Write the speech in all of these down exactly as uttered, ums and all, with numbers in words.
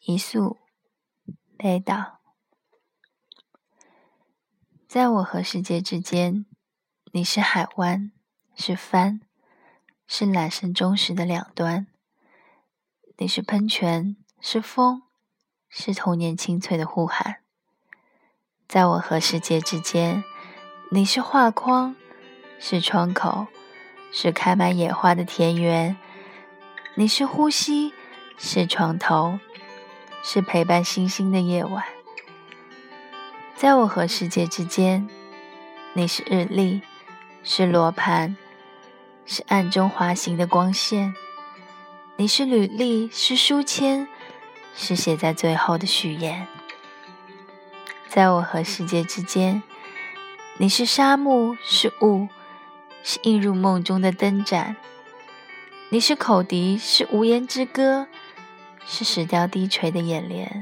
一宿北岛。在我和世界之间，你是海湾，是帆，是缆绳忠实的两端。你是喷泉，是风，是童年清脆的呼喊。在我和世界之间，你是画框，是窗口，是开满野花的田园。你是呼吸，是床头，是陪伴星星的夜晚。在我和世界之间，你是日历，是罗盘，是暗中滑行的光线。你是履历，是书签，是写在最后的序言。在我和世界之间，你是沙漠，是雾，是映入梦中的灯盏。你是口笛，是无言之歌，是石雕低垂的眼帘。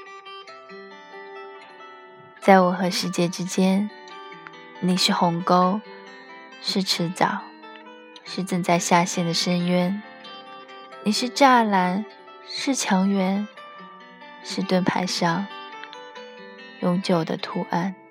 在我和世界之间，你是鸿沟，是迟早，是正在下陷的深渊。你是栅栏，是墙垣，是盾牌上永久的图案。